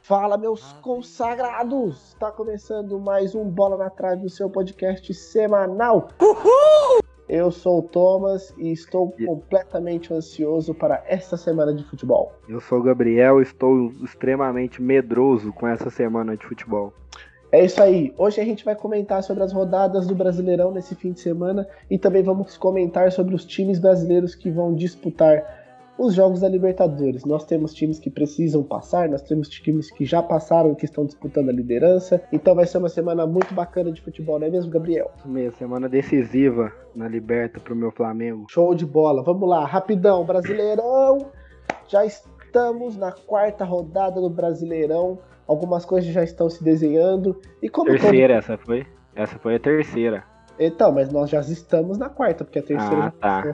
Fala, meus consagrados! Está começando mais um Bola na Trave, do seu podcast semanal. Uhul! Eu sou o Thomas e estou completamente ansioso para esta semana de futebol. Eu sou o Gabriel e estou extremamente medroso com essa semana de futebol. É isso aí. Hoje a gente vai comentar sobre as rodadas do Brasileirão nesse fim de semana e também vamos comentar sobre os times brasileiros que vão disputar os jogos da Libertadores. Nós temos times que precisam passar, nós temos times que já passaram e que estão disputando a liderança. Então vai ser uma semana muito bacana de futebol, não é mesmo, Gabriel? Semana decisiva na Liberta pro meu Flamengo. Show de bola. Vamos lá, rapidão. Brasileirão. Já estamos na quarta rodada do Brasileirão. Algumas coisas já estão se desenhando. E como terceira, essa foi a terceira. Então, mas nós já estamos na quarta, porque a terceira já passou.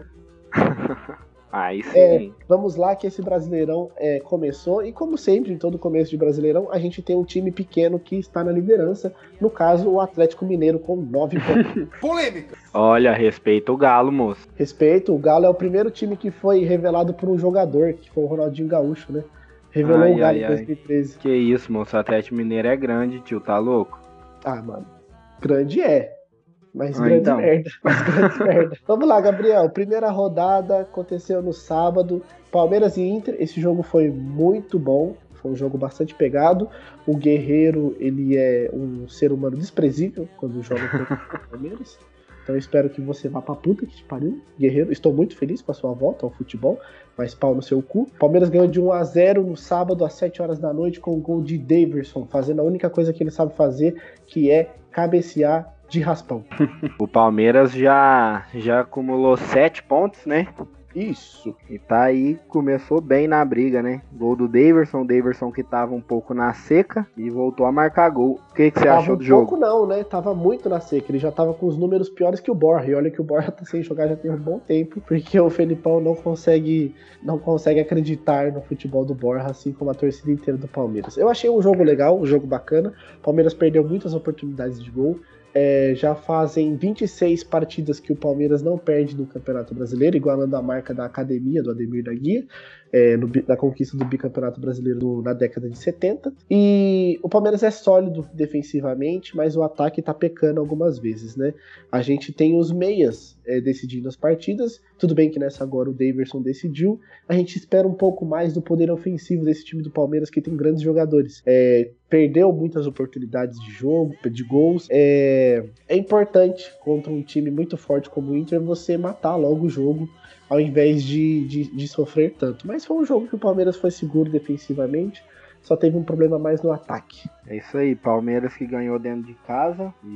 Aí sim. Vamos lá que esse Brasileirão começou, e como sempre, em todo começo de Brasileirão, a gente tem um time pequeno que está na liderança, no caso o Atlético Mineiro com 9 pontos. Polêmica! Olha, respeita o Galo, moço. Respeito, o Galo é o primeiro time que foi revelado por um jogador, que foi o Ronaldinho Gaúcho, né? Revelou o Galo em 2013. Que isso, moço, o Atlético Mineiro é grande, tio, tá louco? Ah, mano, grande é. Mas grande merda. Vamos lá, Gabriel. Primeira rodada aconteceu no sábado. Palmeiras e Inter. Esse jogo foi muito bom. Foi um jogo bastante pegado. O Guerreiro, ele é um ser humano desprezível quando joga contra o Palmeiras. Então eu espero que você vá pra puta que te pariu, Guerreiro. Estou muito feliz com a sua volta ao futebol, mas pau no seu cu. Palmeiras ganhou de 1-0 no sábado às 7 horas da noite com o gol de Daverson, fazendo a única coisa que ele sabe fazer, que é cabecear de raspão. O Palmeiras já acumulou 7 pontos, né? Isso. E tá aí, começou bem na briga, né? Gol do Daverson que tava um pouco na seca e voltou a marcar gol. O que você achou do jogo? Pouco não, né? Tava muito na seca. Ele já tava com os números piores que o Borja. E olha que o Borja tá sem jogar já tem um bom tempo, porque o Felipão não consegue acreditar no futebol do Borja, assim como a torcida inteira do Palmeiras. Eu achei um jogo legal, um jogo bacana. O Palmeiras perdeu muitas oportunidades de gol. Já fazem 26 partidas que o Palmeiras não perde no Campeonato Brasileiro, igualando a marca da academia do Ademir da Guia, na conquista do bicampeonato brasileiro na década de 70. E o Palmeiras é sólido defensivamente, mas o ataque tá pecando algumas vezes, né? A gente tem os meias decidindo as partidas. Tudo bem que nessa agora o Daverson decidiu. A gente espera um pouco mais do poder ofensivo desse time do Palmeiras, que tem grandes jogadores. Perdeu muitas oportunidades de jogo, de gols. É importante contra um time muito forte como o Inter você matar logo o jogo ao invés de sofrer tanto. Mas foi um jogo que o Palmeiras foi seguro defensivamente, só teve um problema mais no ataque. É isso aí, Palmeiras que ganhou dentro de casa e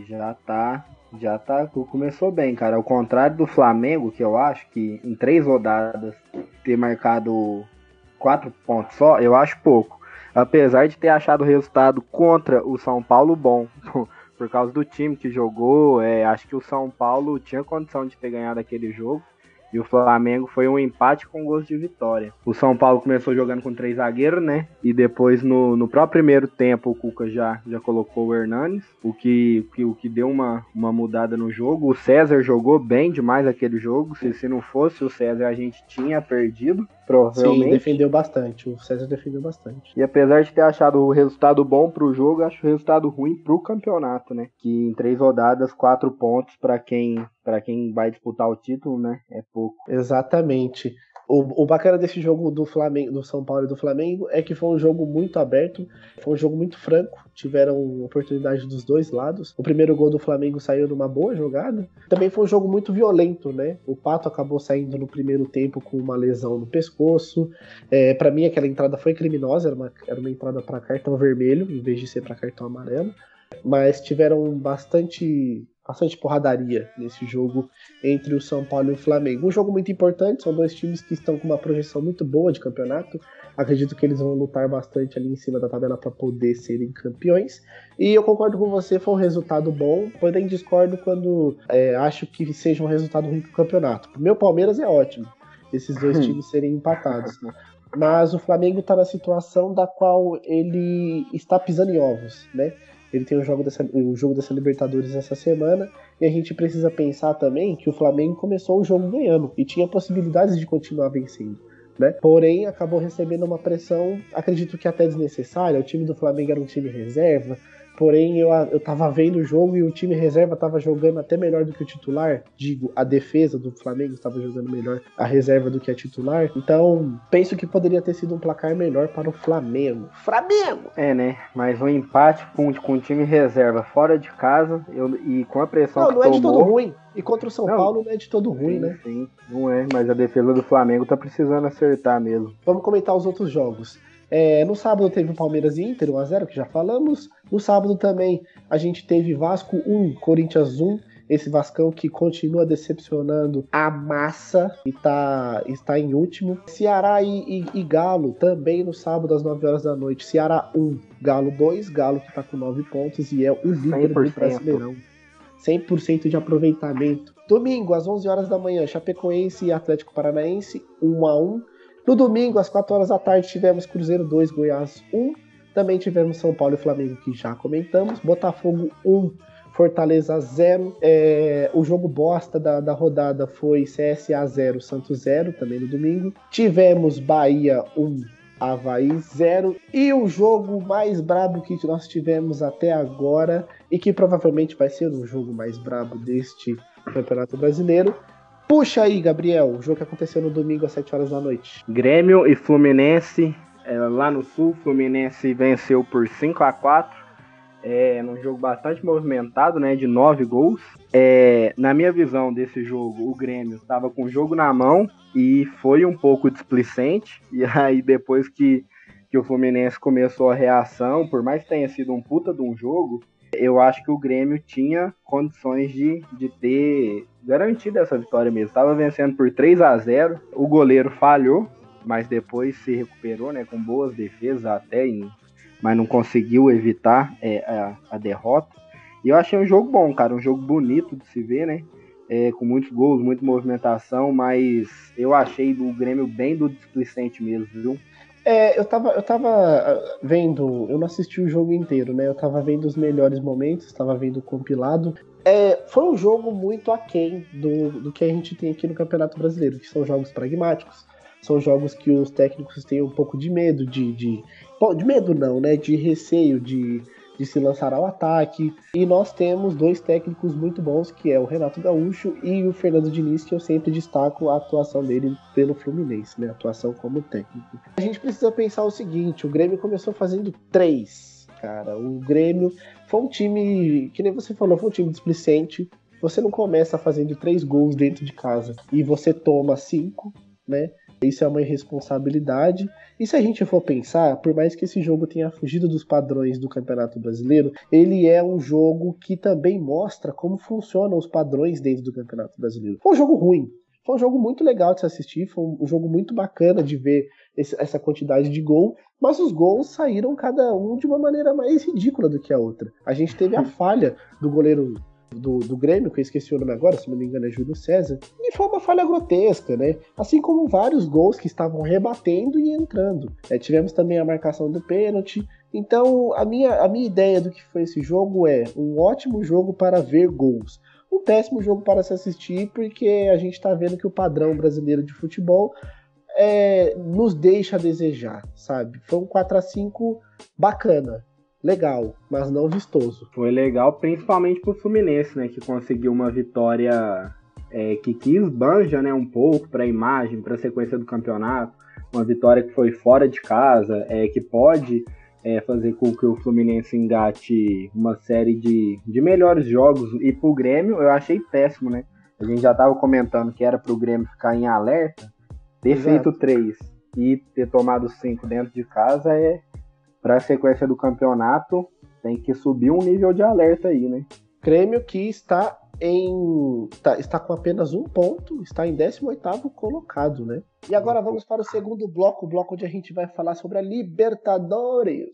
começou bem, cara. Ao contrário do Flamengo, que eu acho que em 3 rodadas ter marcado 4 pontos só, eu acho pouco. Apesar de ter achado o resultado contra o São Paulo bom, por causa do time que jogou, acho que o São Paulo tinha condição de ter ganhado aquele jogo. E o Flamengo foi um empate com gosto de vitória. O São Paulo começou jogando com 3 zagueiros, né? E depois, no próprio primeiro tempo, o Cuca já colocou o Hernanes, o que deu uma mudada no jogo. O César jogou bem demais aquele jogo. Se não fosse o César, a gente tinha perdido, provavelmente. Sim, defendeu bastante. O César defendeu bastante. E apesar de ter achado o resultado bom pro jogo, acho o resultado ruim pro campeonato, né? Que em 3 rodadas, 4 pontos para quem vai disputar o título, né? É pouco. Exatamente. O bacana desse jogo do Flamengo, do São Paulo e do Flamengo é que foi um jogo muito aberto, foi um jogo muito franco, tiveram oportunidade dos dois lados. O primeiro gol do Flamengo saiu numa boa jogada. Também foi um jogo muito violento, né? O Pato acabou saindo no primeiro tempo com uma lesão no pescoço. Para mim aquela entrada foi criminosa, era uma entrada para cartão vermelho em vez de ser para cartão amarelo. Mas tiveram bastante porradaria nesse jogo entre o São Paulo e o Flamengo. Um jogo muito importante, são 2 times que estão com uma projeção muito boa de campeonato. Acredito que eles vão lutar bastante ali em cima da tabela para poder serem campeões. E eu concordo com você, foi um resultado bom, porém discordo quando acho que seja um resultado ruim para o campeonato. O meu Palmeiras é ótimo, esses 2 times serem empatados. Mas o Flamengo está na situação da qual ele está pisando em ovos, né? Ele tem o jogo dessa Libertadores essa semana, e a gente precisa pensar também que o Flamengo começou o jogo ganhando e tinha possibilidades de continuar vencendo. né? Porém, acabou recebendo uma pressão, acredito que até desnecessária. O time do Flamengo era um time reserva, porém eu tava vendo o jogo e o time reserva tava jogando até melhor do que o titular. Digo, a defesa do Flamengo estava jogando melhor a reserva do que a titular. Então, penso que poderia ter sido um placar melhor para o Flamengo. Flamengo! Né? Mas um empate com o time reserva fora de casa e com a pressão não, que não tomou... é de todo ruim. E contra o São Paulo não é de todo ruim, sim, né? Sim, não é. Mas a defesa do Flamengo tá precisando acertar mesmo. Vamos comentar os outros jogos. No sábado teve o Palmeiras e Inter, 1x0, que já falamos. No sábado também a gente teve Vasco 1, Corinthians 1. Esse Vascão que continua decepcionando a massa e está em último. Ceará e Galo também no sábado às 9 horas da noite. Ceará 1, Galo 2. Galo que está com 9 pontos e é o líder 100%. do Brasileirão. 100% de aproveitamento. Domingo às 11 horas da manhã, Chapecoense e Atlético Paranaense 1-1. No domingo, às 4 horas da tarde, tivemos Cruzeiro 2, Goiás 1. Também tivemos São Paulo e Flamengo, que já comentamos. Botafogo 1, Fortaleza 0. O jogo bosta da rodada foi CSA 0, Santos 0, também no domingo. Tivemos Bahia 1, Avaí 0. E o jogo mais brabo que nós tivemos até agora, e que provavelmente vai ser o jogo mais brabo deste Campeonato Brasileiro. Puxa aí, Gabriel, o jogo que aconteceu no domingo às 7 horas da noite. Grêmio e Fluminense, lá no Sul, Fluminense venceu por 5-4, num jogo bastante movimentado, né, de 9 gols. Na minha visão desse jogo, o Grêmio estava com o jogo na mão e foi um pouco displicente, e aí depois que o Fluminense começou a reação, por mais que tenha sido um puta de um jogo, eu acho que o Grêmio tinha condições de ter garantido essa vitória mesmo. Estava vencendo por 3-0, o goleiro falhou, mas depois se recuperou, né, com boas defesas até, mas não conseguiu evitar a derrota. E eu achei um jogo bom, cara, um jogo bonito de se ver, né, com muitos gols, muita movimentação, mas eu achei o Grêmio bem do displicente mesmo, viu? Eu tava vendo, eu não assisti o jogo inteiro, né? Eu tava vendo os melhores momentos, tava vendo o compilado. Foi um jogo muito aquém do que a gente tem aqui no Campeonato Brasileiro, que são jogos pragmáticos, são jogos que os técnicos têm um pouco de medo, de medo não, né? De receio de se lançar ao ataque. E nós temos dois técnicos muito bons, que é o Renato Gaúcho e o Fernando Diniz, que eu sempre destaco a atuação dele pelo Fluminense, né? A atuação como técnico. A gente precisa pensar o seguinte, o Grêmio começou fazendo 3, cara. O Grêmio foi um time, que nem você falou, foi um time displicente. Você não começa fazendo 3 gols dentro de casa e você toma 5, né? Isso é uma irresponsabilidade. E se a gente for pensar, por mais que esse jogo tenha fugido dos padrões do Campeonato Brasileiro, ele é um jogo que também mostra como funcionam os padrões dentro do Campeonato Brasileiro. Foi um jogo ruim, foi um jogo muito legal de se assistir, foi um jogo muito bacana de ver essa quantidade de gol, mas os gols saíram cada um de uma maneira mais ridícula do que a outra. A gente teve a falha do goleiro do Grêmio, que eu esqueci o nome agora, se não me engano é Júlio César, e foi uma falha grotesca, né? Assim como vários gols que estavam rebatendo e entrando. Tivemos também a marcação do pênalti. Então, a minha ideia do que foi esse jogo é um ótimo jogo para ver gols. Um péssimo jogo para se assistir, porque a gente está vendo que o padrão brasileiro de futebol nos deixa a desejar, sabe? Foi um 4-5 bacana. Legal, mas não vistoso. Foi legal, principalmente pro Fluminense, né, que conseguiu uma vitória que esbanja, né, um pouco para a imagem, para a sequência do campeonato, uma vitória que foi fora de casa, que pode fazer com que o Fluminense engate uma série de melhores jogos. E pro Grêmio, eu achei péssimo, né? A gente já tava comentando que era pro Grêmio ficar em alerta, ter feito 3 e ter tomado 5 dentro de casa para a sequência do campeonato, tem que subir um nível de alerta aí, né? Grêmio que está com apenas 1 ponto, está em 18º colocado, né? E agora vamos para o segundo bloco, o bloco onde a gente vai falar sobre a Libertadores.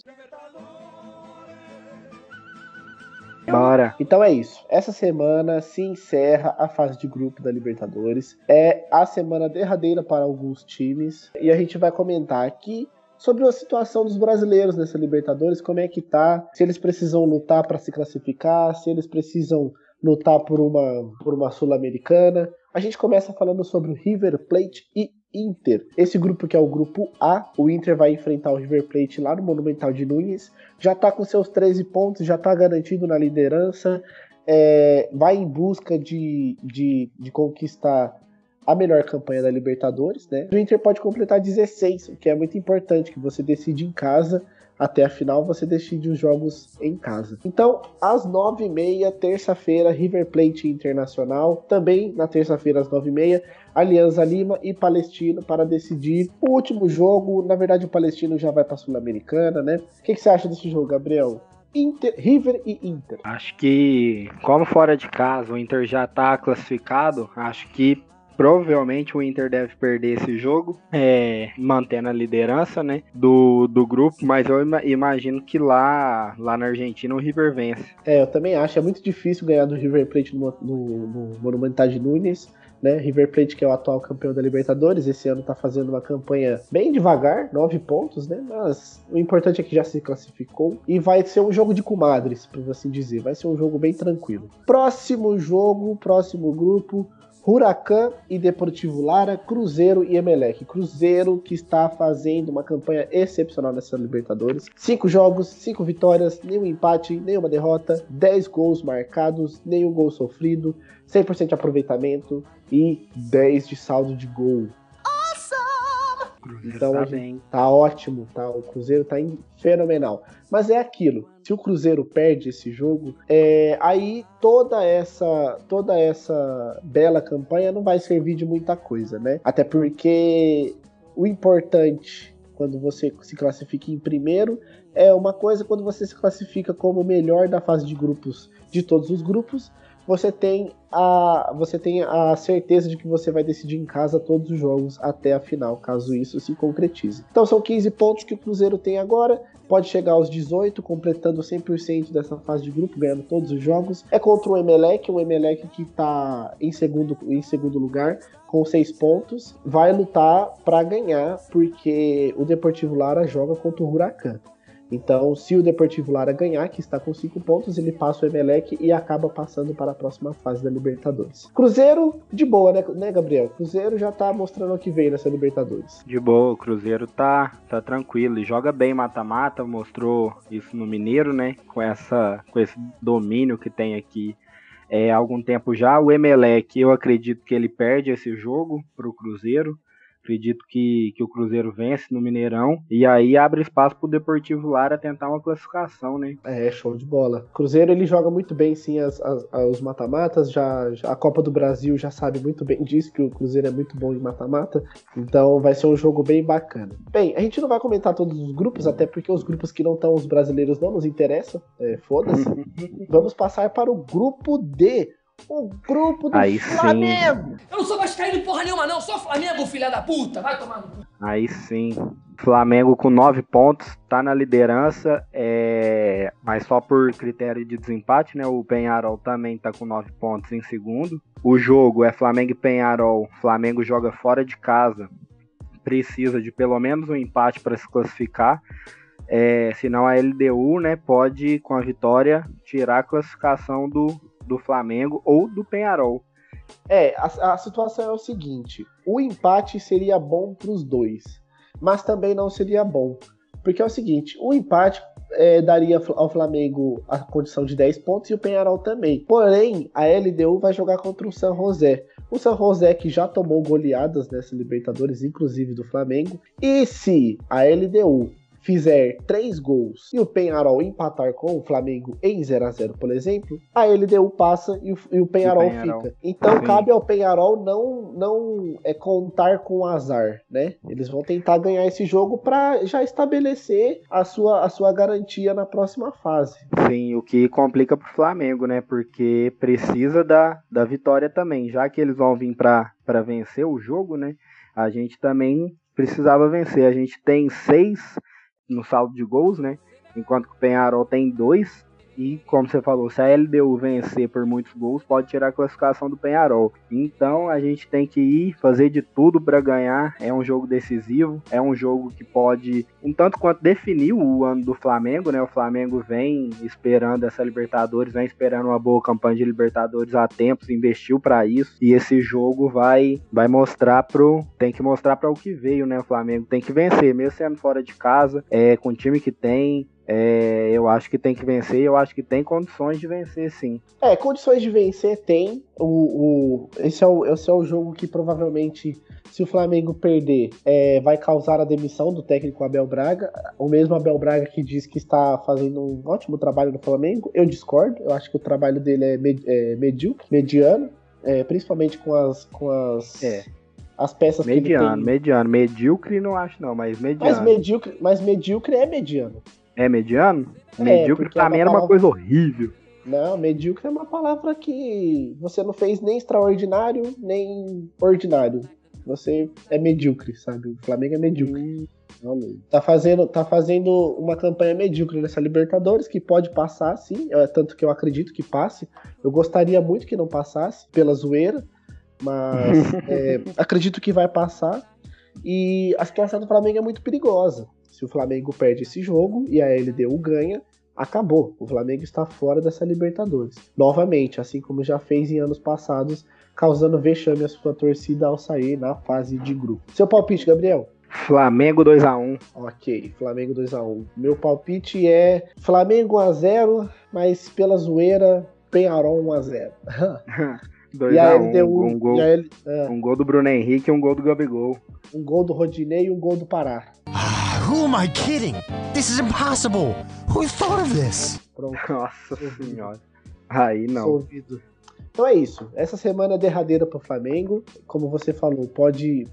Bora! Então é isso. Essa semana se encerra a fase de grupo da Libertadores. É a semana derradeira para alguns times. E a gente vai comentar aqui sobre a situação dos brasileiros nessa Libertadores, como é que tá, se eles precisam lutar para se classificar, se eles precisam lutar por uma Sul-Americana. A gente começa falando sobre o River Plate e Inter. Esse grupo que é o grupo A, o Inter vai enfrentar o River Plate lá no Monumental de Núñez, já tá com seus 13 pontos, já tá garantido na liderança, vai em busca de conquistar a melhor campanha da Libertadores, né? O Inter pode completar 16, o que é muito importante, que você decide em casa, até a final você decide os jogos em casa. Então, às 9h30, terça-feira, River Plate Internacional, também na terça-feira às 9h30, Alianza Lima e Palestino para decidir o último jogo. Na verdade, o Palestino já vai para a Sul-Americana, né? O que você acha desse jogo, Gabriel? River e Inter. Acho que, como fora de casa o Inter já está classificado, acho que provavelmente o Inter deve perder esse jogo, mantendo a liderança, né, do grupo, mas eu imagino que lá na Argentina o River vence. Eu também acho, é muito difícil ganhar do River Plate no Monumental de Núñez, né? River Plate, que é o atual campeão da Libertadores, esse ano tá fazendo uma campanha bem devagar, 9 pontos, né? Mas o importante é que já se classificou e vai ser um jogo de comadres, por assim dizer, vai ser um jogo bem tranquilo. Próximo jogo, próximo grupo, Huracan e Deportivo Lara, Cruzeiro e Emelec. Cruzeiro que está fazendo uma campanha excepcional nessa Libertadores. 5 jogos, 5 vitórias, nenhum empate, nenhuma derrota, 10 gols marcados, nenhum gol sofrido, 100% de aproveitamento e 10 de saldo de gol. Então tá ótimo, tá? O Cruzeiro tá fenomenal. Mas é aquilo, se o Cruzeiro perde esse jogo, aí toda essa bela campanha não vai servir de muita coisa, né? Até porque o importante quando você se classifica em primeiro é uma coisa, quando você se classifica como o melhor da fase de grupos de todos os grupos, você tem a certeza de que você vai decidir em casa todos os jogos até a final, caso isso se concretize. Então são 15 pontos que o Cruzeiro tem agora, pode chegar aos 18, completando 100% dessa fase de grupo, ganhando todos os jogos. É contra o Emelec que está em segundo lugar, com 6 pontos. Vai lutar para ganhar, porque o Deportivo Lara joga contra o Huracan. Então, se o Deportivo Lara ganhar, que está com 5 pontos, ele passa o Emelec e acaba passando para a próxima fase da Libertadores. Cruzeiro, de boa, né, Gabriel? Cruzeiro já tá mostrando o que veio nessa Libertadores. De boa, o Cruzeiro tá tranquilo, e joga bem mata-mata, mostrou isso no Mineiro, né, com esse domínio que tem aqui há algum tempo já. O Emelec, eu acredito que ele perde esse jogo pro Cruzeiro. Acredito que o Cruzeiro vence no Mineirão e aí abre espaço pro Deportivo Lara tentar uma classificação, né? Show de bola. O Cruzeiro, ele joga muito bem, sim, os mata-matas. Já a Copa do Brasil já sabe muito bem disso, que o Cruzeiro é muito bom em mata-mata. Então vai ser um jogo bem bacana. Bem, a gente não vai comentar todos os grupos, até porque os grupos que não estão os brasileiros não nos interessam. Foda-se. Vamos passar para o grupo D. O grupo do Flamengo. Eu não sou vascaíno porra nenhuma, não. Sou Flamengo, filha da puta. Vai tomar no cu. Aí sim. Flamengo com 9 pontos, tá na liderança, mas só por critério de desempate, né? O Peñarol também tá com 9 pontos em segundo. O jogo é Flamengo e Peñarol. Flamengo joga fora de casa. Precisa de pelo menos um empate para se classificar. Senão a LDU, né, pode, com a vitória, tirar a classificação do Flamengo ou do Peñarol. A situação é o seguinte: o empate seria bom para os dois, mas também não seria bom, porque é o seguinte, o empate daria ao Flamengo a condição de 10 pontos e o Peñarol também. Porém, a LDU vai jogar contra o San José. O San José que já tomou goleadas nessa Libertadores, inclusive do Flamengo. E se a LDU fizer 3 gols e o Peñarol empatar com o Flamengo em 0-0, por exemplo, a LDU passa e o Peñarol fica. Então sim, cabe ao Peñarol não contar com o azar, né? Eles vão tentar ganhar esse jogo para já estabelecer a sua garantia na próxima fase. Sim, o que complica pro Flamengo, né? Porque precisa da vitória também, já que eles vão vir para vencer o jogo, né? A gente também precisava vencer. A gente tem 6 no saldo de gols, né? Enquanto que o Peñarol tem 2. E, como você falou, se a LDU vencer por muitos gols, pode tirar a classificação do Peñarol. Então, a gente tem que ir, fazer de tudo para ganhar. É um jogo decisivo, é um jogo que pode, um tanto quanto, definir o ano do Flamengo, né? O Flamengo vem esperando essa Libertadores, vem esperando uma boa campanha de Libertadores há tempos, investiu para isso. E esse jogo vai mostrar tem que mostrar para o que veio, né? O Flamengo tem que vencer, mesmo sendo fora de casa, com o time que tem. Eu acho que tem que vencer, eu acho que tem condições de vencer, sim. Condições de vencer tem. Esse é o jogo que provavelmente, se o Flamengo perder, vai causar a demissão do técnico Abel Braga. O mesmo Abel Braga que diz que está fazendo um ótimo trabalho no Flamengo. Eu discordo, eu acho que o trabalho dele é medíocre, mediano, principalmente com as peças mediano, que ele tem. Mediano, medíocre não acho não, mas mediano. Mas medíocre é mediano. É mediano? Medíocre pra mim era uma coisa horrível. Não, medíocre é uma palavra que você não fez nem extraordinário, nem ordinário. Você é medíocre, sabe? O Flamengo é medíocre. Tá fazendo uma campanha medíocre nessa Libertadores, que pode passar, sim. Tanto que eu acredito que passe. Eu gostaria muito que não passasse, pela zoeira. Mas acredito que vai passar. E a situação do Flamengo é muito perigosa. Se o Flamengo perde esse jogo e a LDU ganha, acabou. O Flamengo está fora dessa Libertadores. Novamente, assim como já fez em anos passados, causando vexame à sua torcida ao sair na fase de grupo. Seu palpite, Gabriel? Flamengo 2-1. Ok, Flamengo 2-1. Meu palpite é Flamengo 1-0, mas pela zoeira, Peñarol 1-0. 2-1, e a LDU, um gol do Bruno Henrique e um gol do Gabigol. Um gol do Rodinei e um gol do Pará. Who am I kidding? This is impossible. Who thought of this? Pronto. Nossa senhora. Aí não. Solvido. Então é isso. Essa semana é derradeira pro Flamengo. Como você falou, pode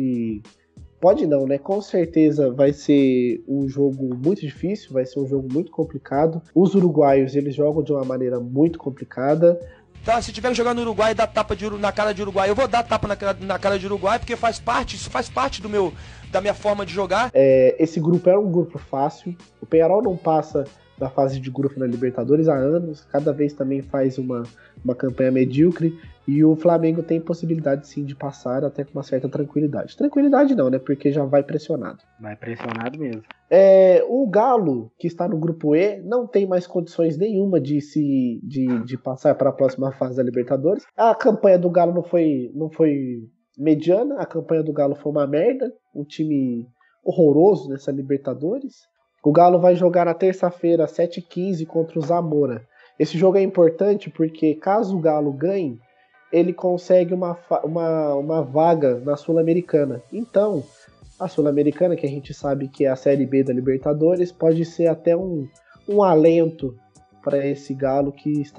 não, né? Com certeza vai ser um jogo muito difícil, vai ser um jogo muito complicado. Os uruguaios, eles jogam de uma maneira muito complicada. Tá, se tiver que jogar no Uruguai e dar tapa na cara de Uruguai, eu vou dar tapa na cara de Uruguai, porque isso faz parte da minha forma de jogar. Esse grupo é um grupo fácil. O Peñarol não passa da fase de grupo na Libertadores há anos, cada vez também faz uma campanha medíocre, e o Flamengo tem possibilidade sim de passar até com uma certa tranquilidade. Tranquilidade não, né? Porque já vai pressionado. Vai pressionado mesmo. O Galo, que está no grupo E, não tem mais condições nenhuma de passar para a próxima fase da Libertadores. A campanha do Galo não foi mediana, a campanha do Galo foi uma merda, um time horroroso nessa Libertadores. O Galo vai jogar na terça-feira, às 7h15, contra o Zamora. Esse jogo é importante porque, caso o Galo ganhe, ele consegue uma vaga na Sul-Americana. Então, a Sul-Americana, que a gente sabe que é a Série B da Libertadores, pode ser até um alento para esse Galo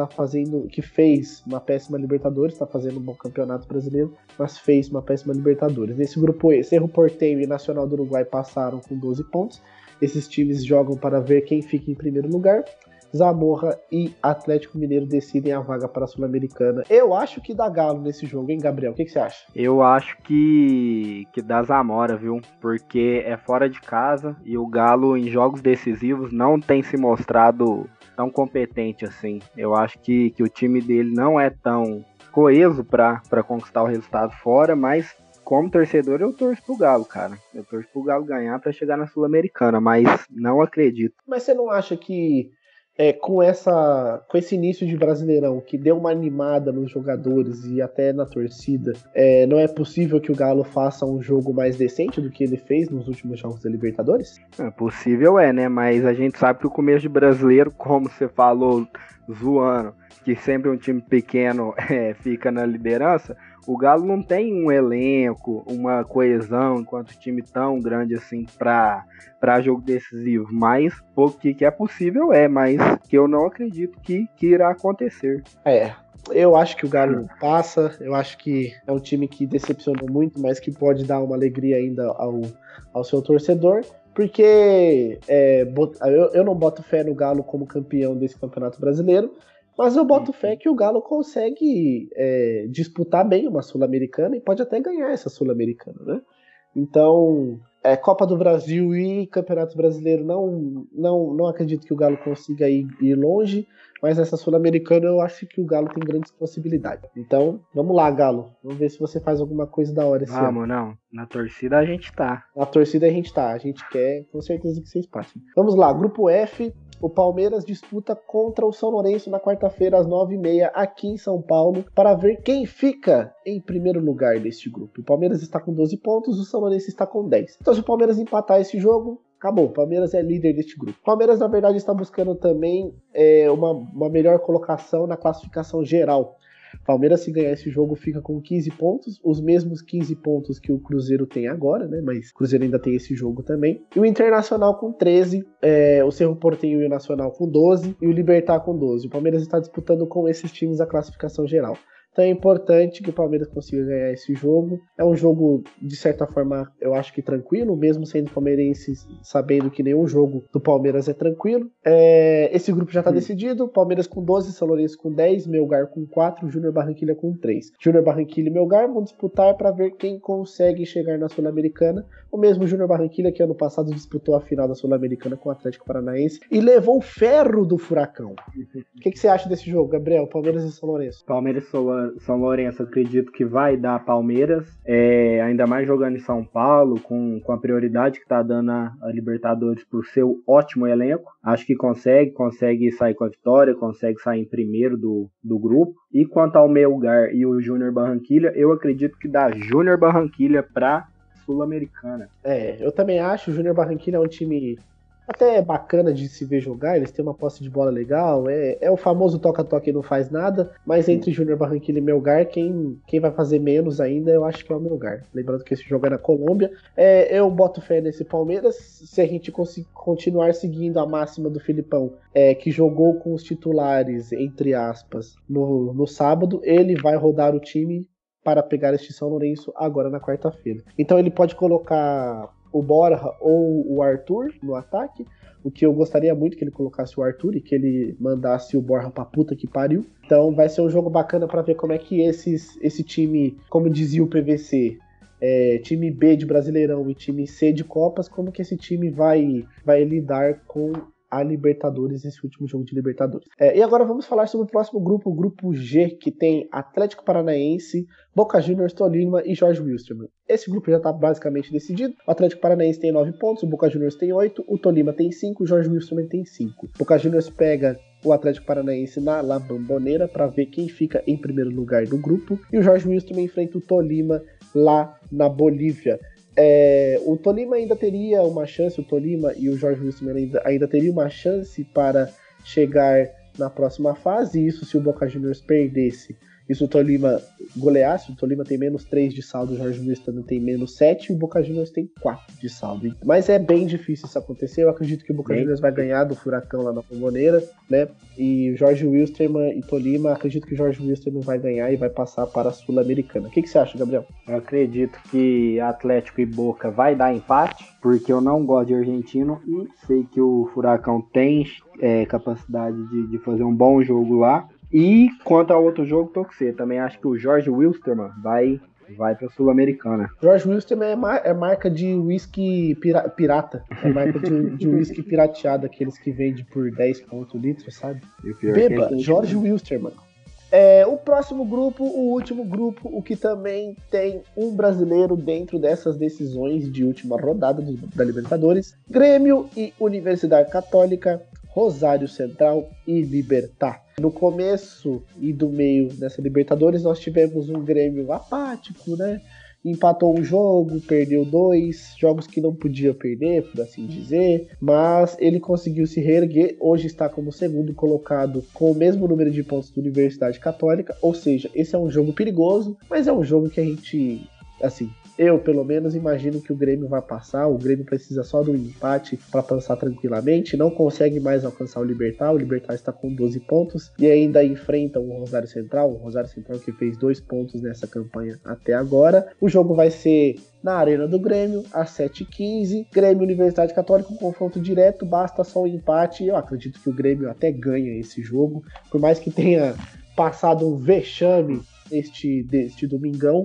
que fez uma péssima Libertadores, está fazendo um bom campeonato brasileiro, mas fez uma péssima Libertadores. Nesse grupo E, Cerro Porteño e Nacional do Uruguai passaram com 12 pontos. Esses times jogam para ver quem fica em primeiro lugar. Zamora e Atlético Mineiro decidem a vaga para a Sul-Americana. Eu acho que dá Galo nesse jogo, hein, Gabriel? O que você acha? Eu acho que dá Zamora, viu? Porque é fora de casa e o Galo, em jogos decisivos, não tem se mostrado tão competente assim. Eu acho que o time dele não é tão coeso para conquistar o resultado fora, mas como torcedor eu torço pro Galo, cara. Eu torço pro Galo ganhar para chegar na Sul-Americana, mas não acredito. Mas você não acha que com esse início de Brasileirão, que deu uma animada nos jogadores e até na torcida, não é possível que o Galo faça um jogo mais decente do que ele fez nos últimos jogos da Libertadores? É possível, né? Mas a gente sabe que o começo de Brasileiro, como você falou, zoando, que sempre um time pequeno fica na liderança, o Galo não tem um elenco, uma coesão enquanto time tão grande assim para jogo decisivo. Mas o que é possível mas que eu não acredito que irá acontecer. Eu acho que o Galo passa, eu acho que é um time que decepcionou muito, mas que pode dar uma alegria ainda ao seu torcedor, porque eu não boto fé no Galo como campeão desse Campeonato Brasileiro, mas eu boto fé que o Galo consegue disputar bem uma Sul-Americana e pode até ganhar essa Sul-Americana, né? Então, Copa do Brasil e Campeonato Brasileiro não acredito que o Galo consiga ir longe, mas essa Sul-Americana eu acho que o Galo tem grandes possibilidades. Então, vamos lá, Galo. Vamos ver se você faz alguma coisa da hora esse ano. Vamos, não. Na torcida a gente tá. Na torcida a gente tá. A gente quer, com certeza, que vocês passem. Vamos lá, Grupo F. O Palmeiras disputa contra o São Lourenço na quarta-feira, às 9h30, aqui em São Paulo, para ver quem fica em primeiro lugar deste grupo. O Palmeiras está com 12 pontos, o São Lourenço está com 10. Então, se o Palmeiras empatar esse jogo, acabou. O Palmeiras é líder deste grupo. O Palmeiras, na verdade, está buscando também uma melhor colocação na classificação geral. Palmeiras, se ganhar esse jogo, fica com 15 pontos, os mesmos 15 pontos que o Cruzeiro tem agora, né? Mas o Cruzeiro ainda tem esse jogo também. E o Internacional com 13, o Cerro Porteño e o Nacional com 12, e o Libertad com 12. O Palmeiras está disputando com esses times a classificação geral. Então é importante que o Palmeiras consiga ganhar esse jogo. É um jogo, de certa forma, eu acho que tranquilo, mesmo sendo palmeirense, sabendo que nenhum jogo do Palmeiras é tranquilo. Esse grupo já está decidido. Palmeiras com 12, São Lourenço com 10, Melgar com 4, Júnior Barranquilla com 3. Júnior Barranquilla e Melgar vão disputar para ver quem consegue chegar na Sul-Americana. O mesmo Júnior Barranquilla que ano passado disputou a final da Sul-Americana com o Atlético Paranaense e levou o ferro do Furacão. O que você acha desse jogo, Gabriel? Palmeiras e São Lourenço. Palmeiras e São Lourenço, acredito que vai dar Palmeiras, ainda mais jogando em São Paulo, com a prioridade que está dando a Libertadores por seu ótimo elenco. Acho que consegue sair com a vitória, consegue sair em primeiro do grupo. E quanto ao Melgar e o Júnior Barranquilla, eu acredito que dá Júnior Barranquilla para Sul-Americana. Eu também acho. O Júnior Barranquilla é um time até bacana de se ver jogar, eles têm uma posse de bola legal, é o famoso toca-toca e não faz nada, mas entre Júnior Barranquilla e Melgar, quem vai fazer menos ainda, eu acho que é o Melgar. Lembrando que esse jogo é na Colômbia. Eu boto fé nesse Palmeiras, se a gente continuar seguindo a máxima do Filipão, que jogou com os titulares, entre aspas, no sábado, ele vai rodar o time para pegar este São Lourenço agora na quarta-feira. Então ele pode colocar o Borja ou o Arthur no ataque, o que eu gostaria muito que ele colocasse o Arthur e que ele mandasse o Borja pra puta que pariu. Então vai ser um jogo bacana para ver como é que esse time, como dizia o PVC, time B de Brasileirão e time C de Copas, como que esse time vai lidar com a Libertadores, esse último jogo de Libertadores. E agora vamos falar sobre o próximo grupo, o grupo G, que tem Atlético Paranaense, Boca Juniors, Tolima e Jorge Wilstermann. Esse grupo já está basicamente decidido. O Atlético Paranaense tem 9 pontos, o Boca Juniors tem 8, o Tolima tem 5, o Jorge Wilstermann tem 5. O Boca Juniors pega o Atlético Paranaense na La Bombonera para ver quem fica em primeiro lugar do grupo, e o Jorge Wilstermann enfrenta o Tolima lá na Bolívia. O Tolima ainda teria uma chance, o Tolima e o Jorge Wilstermann ainda teriam uma chance para chegar na próxima fase, isso se o Boca Juniors perdesse. Isso o Tolima goleasse, o Tolima tem menos 3 de saldo, o Jorge Wilstermann tem menos 7 e o Boca Juniors tem 4 de saldo. Mas é bem difícil isso acontecer, eu acredito que o Boca Juniors vai ganhar do Furacão lá na Bombonera, né? E o Jorge Wilstermann e Tolima, acredito que o Jorge Wilstermann vai ganhar e vai passar para a Sul-Americana. O que você acha, Gabriel? Eu acredito que Atlético e Boca vai dar empate, porque eu não gosto de argentino e sei que o Furacão tem capacidade de fazer um bom jogo lá. E quanto ao outro jogo, tô com você. Também acho que o Jorge Wilstermann vai pra Sul-Americana. Jorge Wilstermann é marca de uísque pirata. É marca de uísque pirateado, aqueles que vende por 10 pontos o litro, sabe? Beba, Jorge Wilstermann. O próximo grupo, o último grupo, o que também tem um brasileiro dentro dessas decisões de última rodada da Libertadores. Grêmio e Universidade Católica, Rosário Central e Libertad. No começo e do meio dessa Libertadores nós tivemos um Grêmio apático, né? Empatou um jogo, perdeu 2 jogos que não podia perder, por assim dizer, mas ele conseguiu se reerguer, hoje está como segundo colocado com o mesmo número de pontos da Universidade Católica, ou seja, esse é um jogo perigoso, mas é um jogo que a gente, assim, eu, pelo menos, imagino que o Grêmio vai passar. O Grêmio precisa só do empate para passar tranquilamente. Não consegue mais alcançar o Libertad. O Libertad está com 12 pontos e ainda enfrenta o Rosário Central. O Rosário Central que fez 2 pontos nessa campanha até agora. O jogo vai ser na Arena do Grêmio, às 7h15. Grêmio Universidade Católica, um confronto direto. Basta só o empate. Eu acredito que o Grêmio até ganha esse jogo. Por mais que tenha passado um vexame este domingão,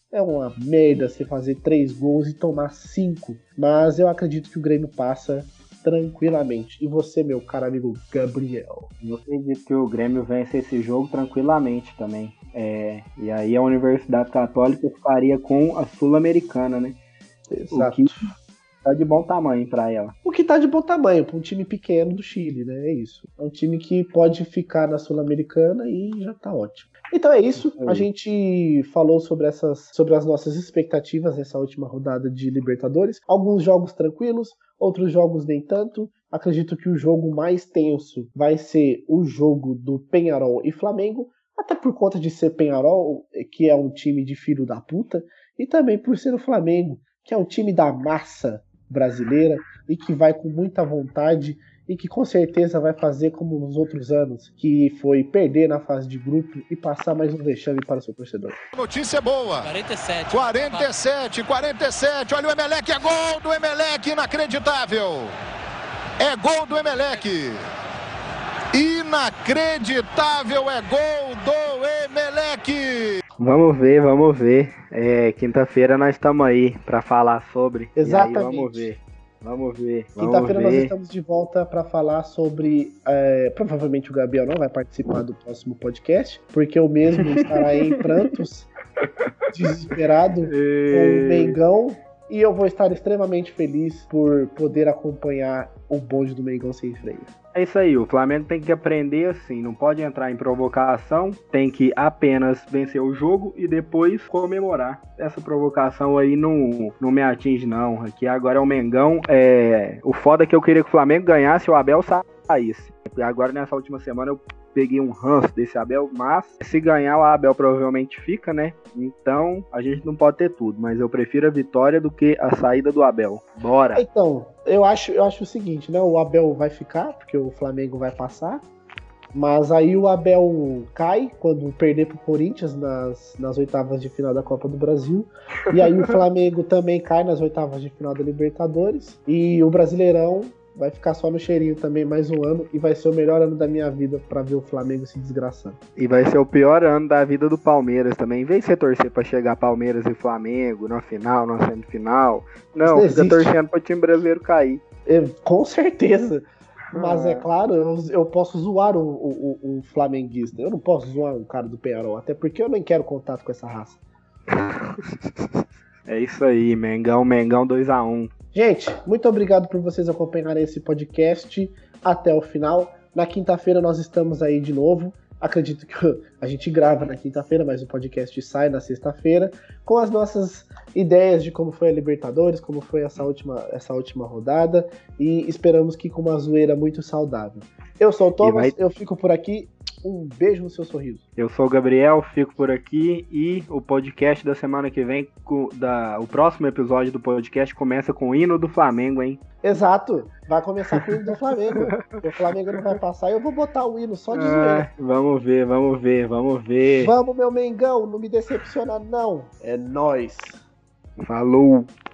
É uma merda você fazer 3 gols e tomar 5. Mas eu acredito que o Grêmio passa tranquilamente. E você, meu caro amigo Gabriel? Eu acredito que o Grêmio vence esse jogo tranquilamente também. E aí a Universidade Católica ficaria com a Sul-Americana, né? Exato. O que tá de bom tamanho pra ela. O que tá de bom tamanho para um time pequeno do Chile, né? É isso. É um time que pode ficar na Sul-Americana e já tá ótimo. Então é isso. A gente falou sobre as nossas expectativas nessa última rodada de Libertadores. Alguns jogos tranquilos, outros jogos nem tanto. Acredito que o jogo mais tenso vai ser o jogo do Peñarol e Flamengo, até por conta de ser Peñarol, que é um time de filho da puta, e também por ser o Flamengo, que é um time da massa brasileira e que vai com muita vontade e que com certeza vai fazer como nos outros anos, que foi perder na fase de grupo e passar mais um vexame para o seu torcedor. Notícia boa. 47. Olha o Emelec, é gol do Emelec, inacreditável. É gol do Emelec. Inacreditável, é gol do Emelec. Vamos ver. Quinta-feira nós estamos aí para falar sobre. Exatamente. E aí, vamos ver. Quinta-feira nós estamos de volta para falar sobre. Provavelmente o Gabriel não vai participar do próximo podcast, porque eu mesmo estará em prantos, desesperado com o Mengão. E eu vou estar extremamente feliz por poder acompanhar o bonde do Mengão sem freio. É isso aí, o Flamengo tem que aprender assim, não pode entrar em provocação, tem que apenas vencer o jogo e depois comemorar. Essa provocação aí não me atinge não, aqui agora é o Mengão, o foda é que eu queria que o Flamengo ganhasse e o Abel saísse. Agora nessa última semana eu peguei um ranço desse Abel, mas se ganhar o Abel provavelmente fica, né? Então a gente não pode ter tudo, mas eu prefiro a vitória do que a saída do Abel. Bora! Então, eu acho o seguinte, né? O Abel vai ficar, porque o Flamengo vai passar, mas aí o Abel cai quando perder pro Corinthians nas oitavas de final da Copa do Brasil, e aí o Flamengo também cai nas oitavas de final da Libertadores, e o Brasileirão vai ficar só no cheirinho também mais um ano e vai ser o melhor ano da minha vida pra ver o Flamengo se desgraçando. E vai ser o pior ano da vida do Palmeiras também. Em vez de você torcer pra chegar Palmeiras e Flamengo na final, na semifinal, não, fica torcendo pro time brasileiro cair. Com certeza. Mas é claro, eu posso zoar um flamenguista. Eu não posso zoar um cara do Peñarol, até porque eu nem quero contato com essa raça. É isso aí, Mengão 2-1. Gente, muito obrigado por vocês acompanharem esse podcast até o final. Na quinta-feira nós estamos aí de novo. Acredito que a gente grava na quinta-feira, mas o podcast sai na sexta-feira, com as nossas ideias de como foi a Libertadores, como foi essa última rodada, e esperamos que com uma zoeira muito saudável. Eu sou o Thomas, eu fico por aqui. Um beijo no seu sorriso. Eu sou o Gabriel, fico por aqui e o podcast da semana que vem, o próximo episódio do podcast começa com o hino do Flamengo, hein? Exato, vai começar com o hino do Flamengo. O Flamengo não vai passar e eu vou botar o hino só de zoeira. Vamos ver. Vamos, meu Mengão, não me decepciona não. É nóis. Falou.